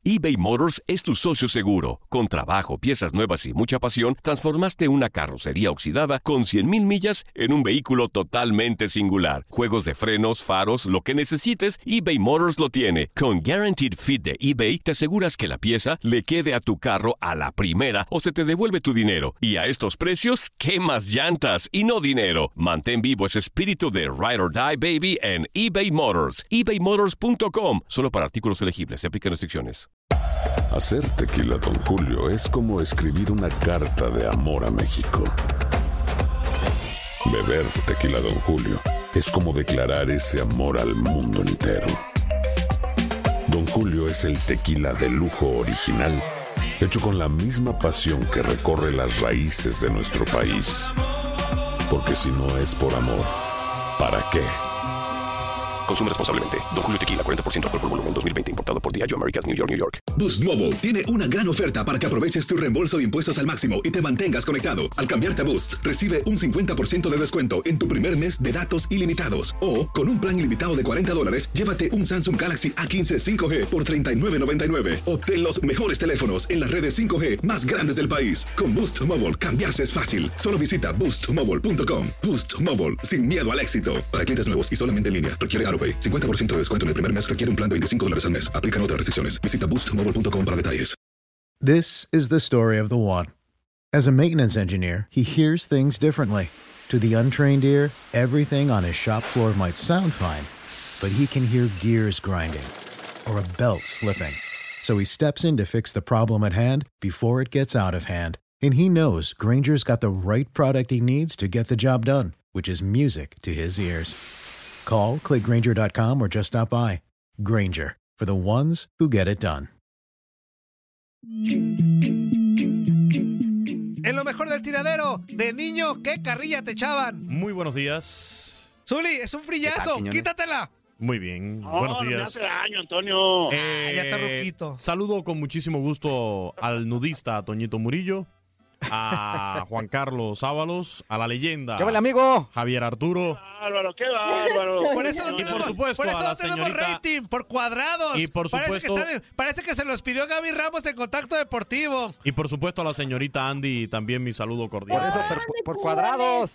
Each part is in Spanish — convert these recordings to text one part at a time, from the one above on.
eBay Motors es tu socio seguro. Con trabajo, piezas nuevas y mucha pasión, transformaste una carrocería oxidada con 100,000 millas en un vehículo totalmente singular. Juegos de frenos, faros, lo que necesites, eBay Motors lo tiene. Con Guaranteed Fit de eBay, te aseguras que la pieza le quede a tu carro a la primera o se te devuelve tu dinero. Y a estos precios, ¿qué más llantas y no dinero? Mantén vivo ese espíritu de Ride or Die, baby, en eBay Motors. ebaymotors.com. Solo para artículos elegibles. Se aplican restricciones. Hacer tequila Don Julio es como escribir una carta de amor a México. Beber tequila Don Julio es como declarar ese amor al mundo entero. Don Julio es el tequila de lujo original, hecho con la misma pasión que recorre las raíces de nuestro país. Porque si no es por amor, ¿para qué? Consume responsablemente. Don Julio Tequila, 40% alcohol por volumen, 2020. Importado por Diageo Americas, New York, New York. Boost Mobile tiene una gran oferta para que aproveches tu reembolso de impuestos al máximo y te mantengas conectado. Al cambiarte a Boost, recibe un 50% de descuento en tu primer mes de datos ilimitados. O, con un plan ilimitado de $40, llévate un Samsung Galaxy A15 5G por $39.99. Obtén los mejores teléfonos en las redes 5G más grandes del país. Con Boost Mobile, cambiarse es fácil. Solo visita boostmobile.com. Boost Mobile, sin miedo al éxito. Para clientes nuevos y solamente en línea, requiere AroPay. 50% de descuento en el primer mes requiere un plan de $25 al mes. Aplican otras restricciones. Visita boostmobile.com para detalles. This is the story of the one. As a maintenance engineer, he hears things differently. To the untrained ear, everything on his shop floor might sound fine, but he can hear gears grinding or a belt slipping. So he steps in to fix the problem at hand before it gets out of hand. And he knows Grainger's got the right product he needs to get the job done, which is music to his ears. Call, click Grainger.com, or just stop by. Grainger, for the ones who get it done. En lo mejor del tiradero, de niño, ¿qué carrilla te echaban? Muy buenos días. Zuli, es un frillazo, quítatela. Muy bien, No, buenos días. No me hace daño, Antonio. Ya está ruquito. Saludo con muchísimo gusto al nudista Toñito Murillo, a Juan Carlos Ábalos, a la leyenda. ¡Qué vale, amigo! Javier Arturo. Qué bárbaro. Por eso no Y por tenemos, supuesto por eso a la no tenemos señorita. rating, por cuadrados. Y por supuesto. Parece que se los pidió Gaby Ramos en Contacto Deportivo. Y por supuesto a la señorita Andy también mi saludo cordial. Por eso, por cuadrados.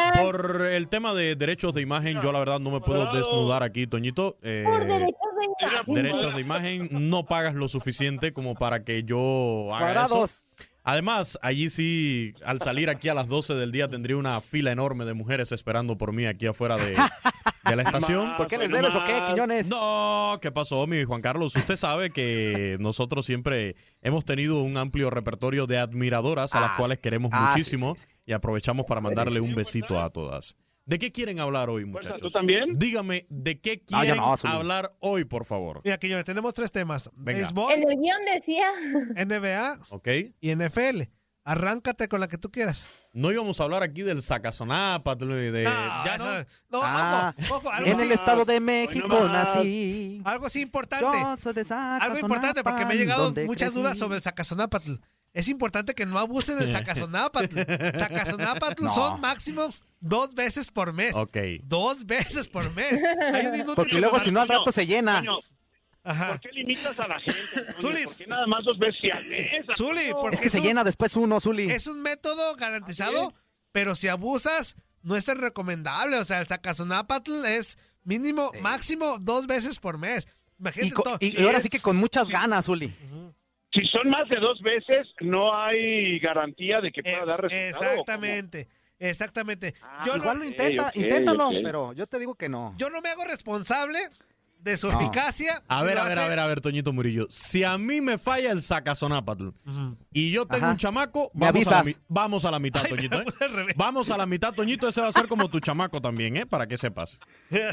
Por el tema de derechos de imagen, yo la verdad no me puedo desnudar aquí, Toñito. Por derechos de imagen. Derechos de imagen, no pagas lo suficiente como para que yo haga Cuadrados. eso. Además, allí sí, al salir aquí a las 12 del día tendría una fila enorme de mujeres esperando por mí aquí afuera de la estación. ¿Por qué les debes o qué, Quiñones? No, ¿qué pasó, mi Juan Carlos? Usted sabe que nosotros siempre hemos tenido un amplio repertorio de admiradoras a las cuales queremos muchísimo y aprovechamos para mandarle un besito a todas. ¿De qué quieren hablar hoy, muchachos? ¿Tú también? Dígame, ¿de qué quieren hablar hoy, por favor? Mira, Quiñones, tenemos 3 temas. Venga. Béisbol, En el guión decía. NBA ¿Ok? y NFL. Arráncate con la que tú quieras. No íbamos a hablar aquí del Sacazonápatl de... ya no. Ojo, algo En así- el Estado de México Hoy no más. nací. Algo así importante. Yo soy de Algo importante porque me han llegado donde muchas crecí. dudas sobre el Sacazonápatl. Es importante que no abusen del Sacazonápatl. Sacazonápatl No. son máximo 2 veces por mes. Ok. 2 veces por mes. Hay un inútil Porque que luego nomás- si no al rato se llena. Toño, Ajá. ¿por qué limitas a la gente, Antonio? Zuli. ¿Por qué nada más 2 veces al mes? Zuli, Antonio? porque Es que se llena después uno, Zuli. es un método garantizado, pero si abusas, no es tan recomendable. O sea, el Sacazonápatl es mínimo, máximo 2 veces por mes. Imagínate Y, co- todo. y ahora sí que con muchas ganas, Zuli. Si son más de 2 veces, no hay garantía de que pueda dar resultado. Exactamente. Exactamente. Yo Igual no, lo intenta, ok, inténtalo, ok. pero yo te digo que no. yo no me hago responsable de su eficacia. A si ver, lo a ver, hace- a ver, Toñito Murillo. Si a mí me falla el Sacazonápatl y yo tengo Ajá. un chamaco, Me vamos a, la, avisas. vamos a la mitad, Ay, me Toñito. la puse al revés. Vamos a la mitad, Toñito. Ese va a ser como tu chamaco también, ¿eh? Para que sepas.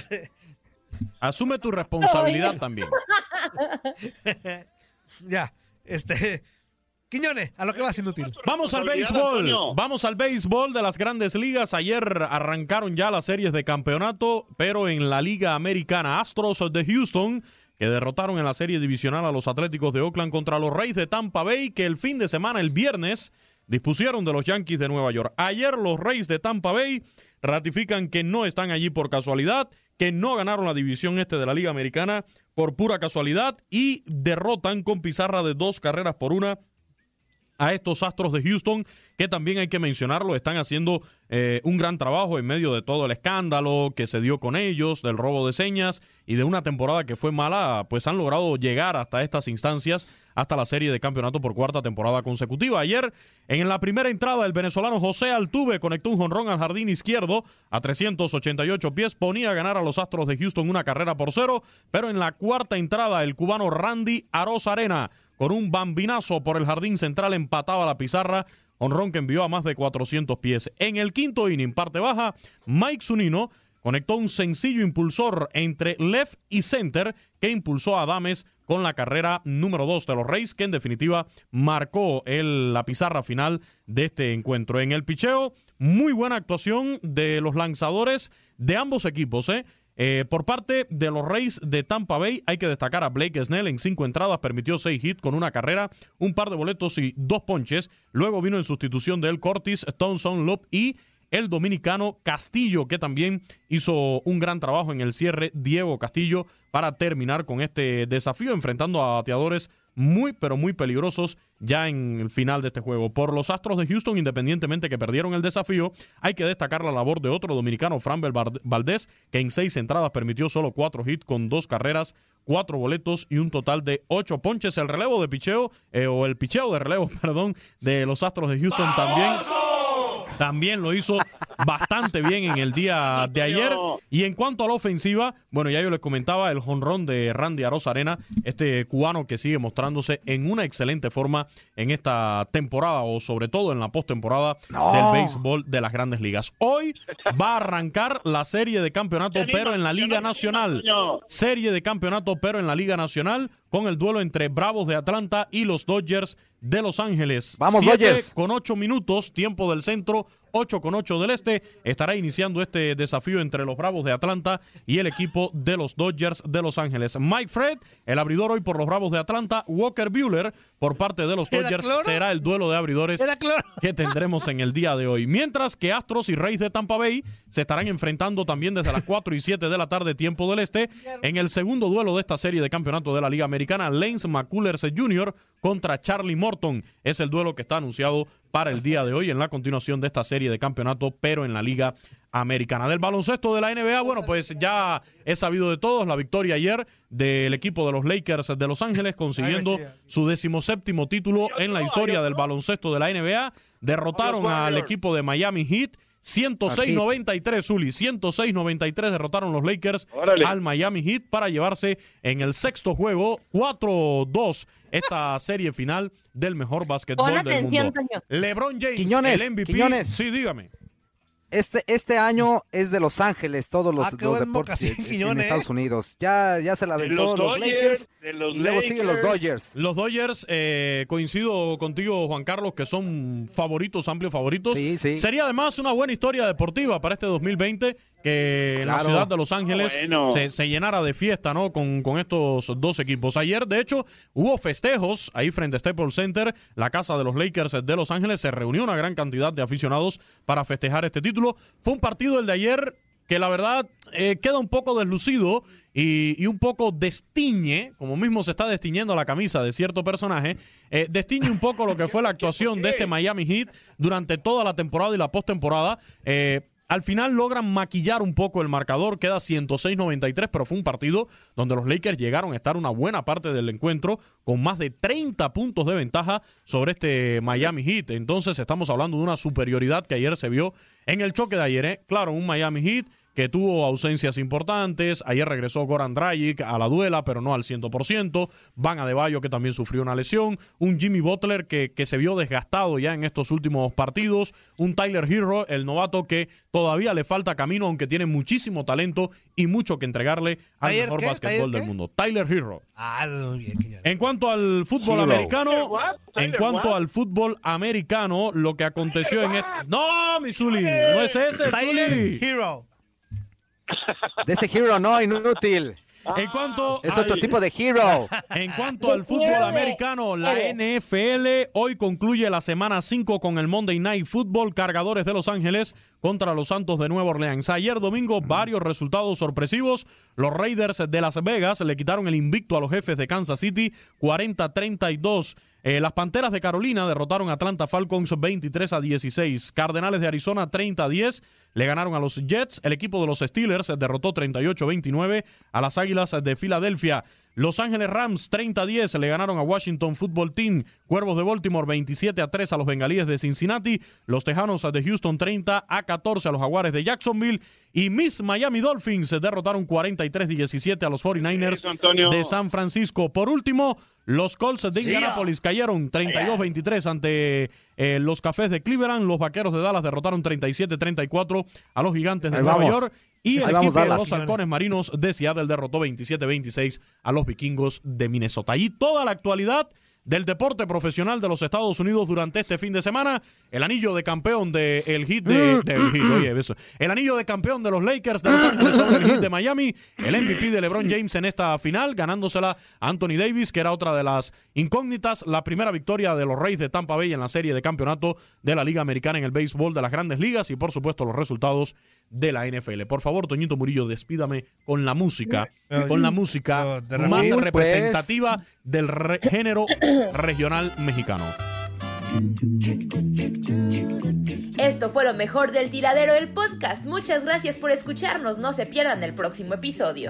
Asume tu responsabilidad también. Ya, Quiñones, a lo que vas, inútil. Vamos al béisbol. Vamos al béisbol de las grandes ligas. Ayer arrancaron ya las series de campeonato, pero en la Liga Americana, Astros de Houston, que derrotaron en la serie divisional a los Atléticos de Oakland contra los Rays de Tampa Bay, que el fin de semana, el viernes, dispusieron de los Yankees de Nueva York. Ayer los Rays de Tampa Bay ratifican que no están allí por casualidad, que no ganaron la división este de la Liga Americana por pura casualidad y derrotan con pizarra de 2-1 a estos Astros de Houston, que también hay que mencionarlo, están haciendo un gran trabajo en medio de todo el escándalo que se dio con ellos, del robo de señas y de una temporada que fue mala, pues han logrado llegar hasta estas instancias, hasta la serie de campeonato por cuarta temporada consecutiva. Ayer, en la primera entrada, el venezolano José Altuve conectó un jonrón al jardín izquierdo a 388 pies, ponía a ganar a los Astros de Houston 1-0, pero en la cuarta entrada, el cubano Randy Arozarena, con un bambinazo por el jardín central, empataba la pizarra, jonrón que envió a más de 400 pies. En el quinto inning, parte baja, Mike Zunino conectó un sencillo impulsor entre left y center que impulsó a Adames con la carrera número 2 de los Rays, que en definitiva marcó la pizarra final de este encuentro. En el picheo, muy buena actuación de los lanzadores de ambos equipos, por parte de los Rays de Tampa Bay, hay que destacar a Blake Snell. En 5 entradas permitió 6 hits con una carrera, un par de boletos y 2 ponches. Luego vino en sustitución de él Curtis Thompson Lop y el dominicano Castillo, que también hizo un gran trabajo en el cierre, Diego Castillo, para terminar con este desafío, enfrentando a bateadores muy, pero muy peligrosos ya en el final de este juego. Por los Astros de Houston, independientemente que perdieron el desafío, hay que destacar la labor de otro dominicano, Framber Valdez, que en 6 entradas permitió solo 4 hits con 2 carreras, 4 boletos y un total de 8 ponches. El relevo de picheo, el picheo de relevo, perdón, de los Astros de Houston también lo hizo bastante bien en el día de ayer. Y en cuanto a la ofensiva, bueno, ya yo les comentaba el jonrón de Randy Arozarena, este cubano que sigue mostrándose en una excelente forma en esta temporada, o sobre todo en la postemporada del béisbol de las Grandes Ligas. Hoy va a arrancar la serie de campeonato, pero en la Liga Nacional. Serie de campeonato, pero en la Liga Nacional, con el duelo entre Bravos de Atlanta y los Dodgers de Los Ángeles. Vamos, Dodgers. 7:08, tiempo del centro, 8:08 del este. Estará iniciando este desafío entre los Bravos de Atlanta y el equipo de los Dodgers de Los Ángeles. Mike Fred, el abridor hoy por los Bravos de Atlanta. Walker Buehler, por parte de los Dodgers, será el duelo de abridores que tendremos en el día de hoy. Mientras que Astros y Rays de Tampa Bay se estarán enfrentando también desde las 4:07 de la tarde, tiempo del este, en el segundo duelo de esta serie de campeonato de la Liga Americana. Lance McCullers Jr. contra Charlie Morton es el duelo que está anunciado para el día de hoy en la continuación de esta serie de campeonato, pero en la Liga Americana. Del baloncesto de la NBA, bueno, pues ya es sabido de todos la victoria ayer del equipo de los Lakers de Los Ángeles, consiguiendo su 17º título en la historia del baloncesto de la NBA. Derrotaron al equipo de Miami Heat 106-93, Zuli, 106-93 derrotaron los Lakers al Miami Heat para llevarse en el sexto juego 4-2 esta serie final del mejor básquetbol del mundo. Toño. LeBron James, Quiñones, el MVP. Quiñones. Sí, dígame. Este año es de Los Ángeles, todos los deportes en Estados Unidos. Ya se la aventó los Lakers y luego siguen los Dodgers. Los Dodgers, coincido contigo, Juan Carlos, que son favoritos, amplios favoritos. Sí. Sería además una buena historia deportiva para este 2020 que en la ciudad de Los Ángeles se llenara de fiesta, ¿no? Con estos dos equipos. Ayer, de hecho, hubo festejos ahí frente a Staples Center, la casa de los Lakers de Los Ángeles. Se reunió una gran cantidad de aficionados para festejar este título. Fue un partido, el de ayer, que la verdad queda un poco deslucido y un poco destiñe, como mismo se está destiñendo la camisa de cierto personaje, destiñe un poco lo que fue la actuación de este Miami Heat durante toda la temporada y la postemporada. Al final logran maquillar un poco el marcador, queda 106-93, pero fue un partido donde los Lakers llegaron a estar una buena parte del encuentro con más de 30 puntos de ventaja sobre este Miami Heat. Entonces estamos hablando de una superioridad que ayer se vio en el choque de ayer. Claro, un Miami Heat que tuvo ausencias importantes. Ayer regresó Goran Dragic a la duela, pero no al 100%. Van Adebayo, que también sufrió una lesión. Un Jimmy Butler que se vio desgastado ya en estos últimos partidos. Un Tyler Hero, el novato, que todavía le falta camino, aunque tiene muchísimo talento y mucho que entregarle al mejor básquetbol del mundo. Tyler Hero. Muy bien. En cuanto al fútbol americano, lo que aconteció en ¡No, mi Zuli! ¡No es ese, Tyler Zuli! Hero. De ese Hero no, inútil. En cuanto es otro tipo de hero. En cuanto al fútbol americano, la NFL hoy concluye la semana 5 con el Monday Night Football, Cargadores de Los Ángeles contra los Santos de Nueva Orleans. Ayer domingo, varios resultados sorpresivos. Los Raiders de Las Vegas le quitaron el invicto a los Jefes de Kansas City, 40-32. Las Panteras de Carolina derrotaron a Atlanta Falcons 23-16. Cardenales de Arizona 30-10 le ganaron a los Jets. El equipo de los Steelers derrotó 38-29 a las Águilas de Filadelfia. Los Ángeles Rams 30-10 le ganaron a Washington Football Team. Cuervos de Baltimore 27-3 a los Bengalíes de Cincinnati. Los Tejanos de Houston 30-14 a los Jaguares de Jacksonville. Y Miss Miami Dolphins derrotaron 43-17 a los 49ers de San Francisco. Por último, los Colts de Indianapolis cayeron 32-23 ante los Cafés de Cleveland. Los Vaqueros de Dallas derrotaron 37-34 a los Gigantes de Nueva York. Y el equipo de los Halcones Marinos de Seattle derrotó 27-26 a los Vikingos de Minnesota. Y toda la actualidad del deporte profesional de los Estados Unidos durante este fin de semana. El anillo de campeón del Heat el anillo de campeón de los Lakers de Los Ángeles sobre el Heat de Miami. El MVP de LeBron James en esta final, ganándosela a Anthony Davis, que era otra de las incógnitas. La primera victoria de los Rays de Tampa Bay en la serie de campeonato de la Liga Americana en el béisbol de las Grandes Ligas. Y por supuesto los resultados de la NFL. Por favor, Toñito Murillo, despídame con la música más representativa del género regional mexicano. Esto fue lo mejor del Tiradero del podcast. Muchas gracias por escucharnos. No se pierdan el próximo episodio.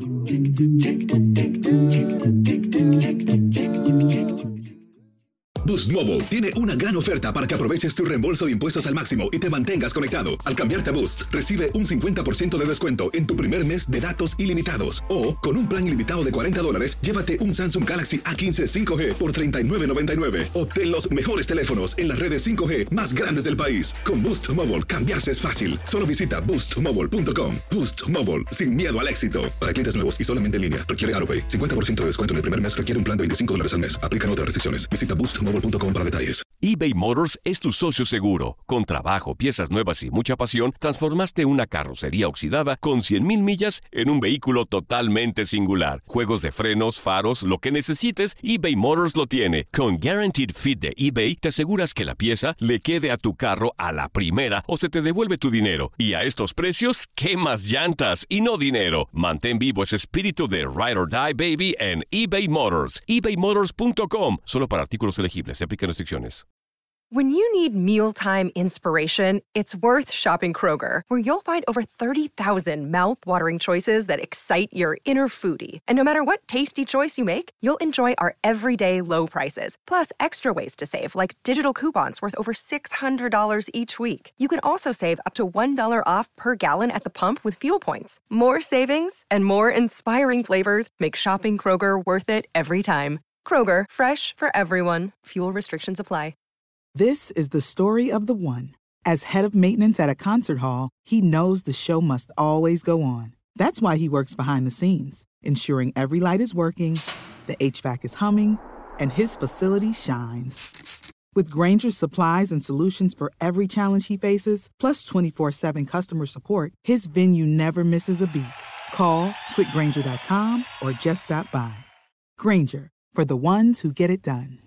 Boost Mobile tiene una gran oferta para que aproveches tu reembolso de impuestos al máximo y te mantengas conectado. Al cambiarte a Boost, recibe un 50% de descuento en tu primer mes de datos ilimitados. O, con un plan ilimitado de $40, llévate un Samsung Galaxy A15 5G por $39.99. Obtén los mejores teléfonos en las redes 5G más grandes del país. Con Boost Mobile, cambiarse es fácil. Solo visita boostmobile.com. Boost Mobile, sin miedo al éxito. Para clientes nuevos y solamente en línea, requiere AutoPay. 50% de descuento en el primer mes requiere un plan de $25 al mes. Aplican otras restricciones. Visita boostmobile.com para detalles. eBay Motors es tu socio seguro. Con trabajo, piezas nuevas y mucha pasión, transformaste una carrocería oxidada con 100,000 millas en un vehículo totalmente singular. Juegos de frenos, faros, lo que necesites, eBay Motors lo tiene. Con Guaranteed Fit de eBay, te aseguras que la pieza le quede a tu carro a la primera o se te devuelve tu dinero. Y a estos precios, ¿qué más llantas y no dinero? Mantén vivo ese espíritu de Ride or Die, baby, en eBay Motors. ebaymotors.com. Solo para artículos elegibles. Se aplican restricciones. When you need mealtime inspiration, it's worth shopping Kroger, where you'll find over 30,000 mouth-watering choices that excite your inner foodie. And no matter what tasty choice you make, you'll enjoy our everyday low prices, plus extra ways to save, like digital coupons worth over $600 each week. You can also save up to $1 off per gallon at the pump with fuel points. More savings and more inspiring flavors make shopping Kroger worth it every time. Kroger, fresh for everyone. Fuel restrictions apply. This is the story of the one. As head of maintenance at a concert hall, he knows the show must always go on. That's why he works behind the scenes, ensuring every light is working, the HVAC is humming, and his facility shines. With Grainger's supplies and solutions for every challenge he faces, plus 24/7 customer support, his venue never misses a beat. Call quickgrainger.com or just stop by. Grainger, for the ones who get it done.